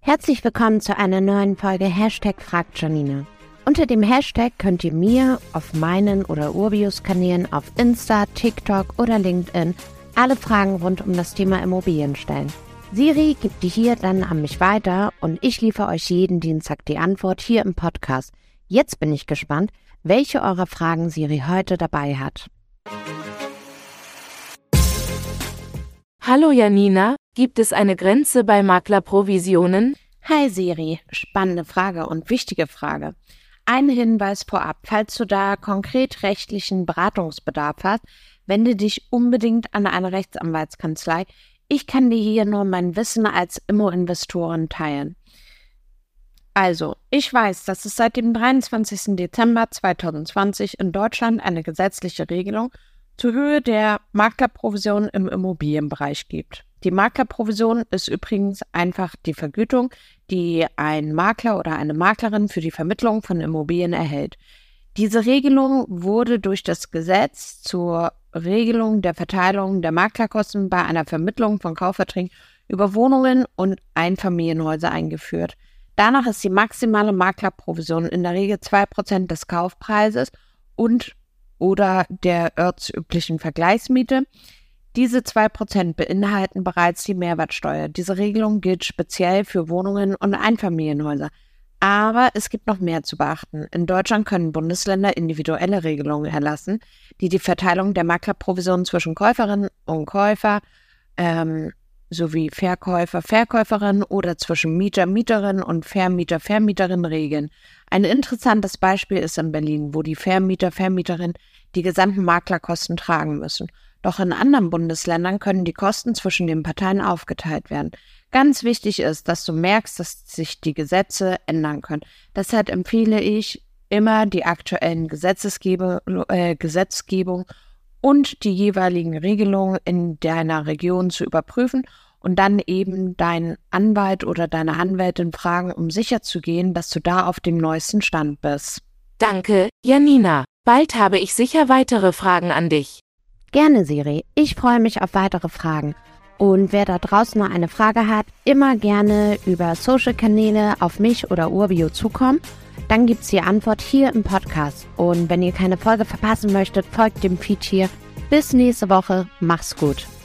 Herzlich willkommen zu einer neuen Folge #FragtJanina. Unter dem Hashtag könnt ihr mir auf meinen oder Urbius-Kanälen auf Insta, TikTok oder LinkedIn alle Fragen rund um das Thema Immobilien stellen. Siri gibt die hier dann an mich weiter und ich liefere euch jeden Dienstag die Antwort hier im Podcast. Jetzt bin ich gespannt, welche eurer Fragen Siri heute dabei hat. Hallo Janina, gibt es eine Grenze bei Maklerprovisionen? Hi Siri, spannende Frage und wichtige Frage. Ein Hinweis vorab, falls du da konkret rechtlichen Beratungsbedarf hast, wende dich unbedingt an eine Rechtsanwaltskanzlei. Ich kann dir hier nur mein Wissen als Immo-Investorin teilen. Also, ich weiß, dass es seit dem 23. Dezember 2020 in Deutschland eine gesetzliche Regelung zur Höhe der Maklerprovision im Immobilienbereich gibt. Die Maklerprovision ist übrigens einfach die Vergütung, die ein Makler oder eine Maklerin für die Vermittlung von Immobilien erhält. Diese Regelung wurde durch das Gesetz zur Regelung der Verteilung der Maklerkosten bei einer Vermittlung von Kaufverträgen über Wohnungen und Einfamilienhäuser eingeführt. Danach ist die maximale Maklerprovision in der Regel 2% des Kaufpreises oder der ortsüblichen Vergleichsmiete. Diese 2% beinhalten bereits die Mehrwertsteuer. Diese Regelung gilt speziell für Wohnungen und Einfamilienhäuser. Aber es gibt noch mehr zu beachten. In Deutschland können Bundesländer individuelle Regelungen erlassen, die die Verteilung der Maklerprovision zwischen Käuferinnen und Käufer sowie Verkäufer, Verkäuferin oder zwischen Mieter, Mieterin und Vermieter, Vermieterin regeln. Ein interessantes Beispiel ist in Berlin, wo die Vermieter, Vermieterin die gesamten Maklerkosten tragen müssen. Doch in anderen Bundesländern können die Kosten zwischen den Parteien aufgeteilt werden. Ganz wichtig ist, dass du merkst, dass sich die Gesetze ändern können. Deshalb empfehle ich immer, die aktuellen Gesetzgebung und die jeweiligen Regelungen in deiner Region zu überprüfen und dann eben deinen Anwalt oder deine Anwältin fragen, um sicherzugehen, dass du da auf dem neuesten Stand bist. Danke, Janina. Bald habe ich sicher weitere Fragen an dich. Gerne, Siri. Ich freue mich auf weitere Fragen. Und wer da draußen noch eine Frage hat, immer gerne über Social-Kanäle auf mich oder Urbio zukommen. Dann gibt's die Antwort hier im Podcast. Und wenn ihr keine Folge verpassen möchtet, folgt dem Feed hier. Bis nächste Woche. Mach's gut.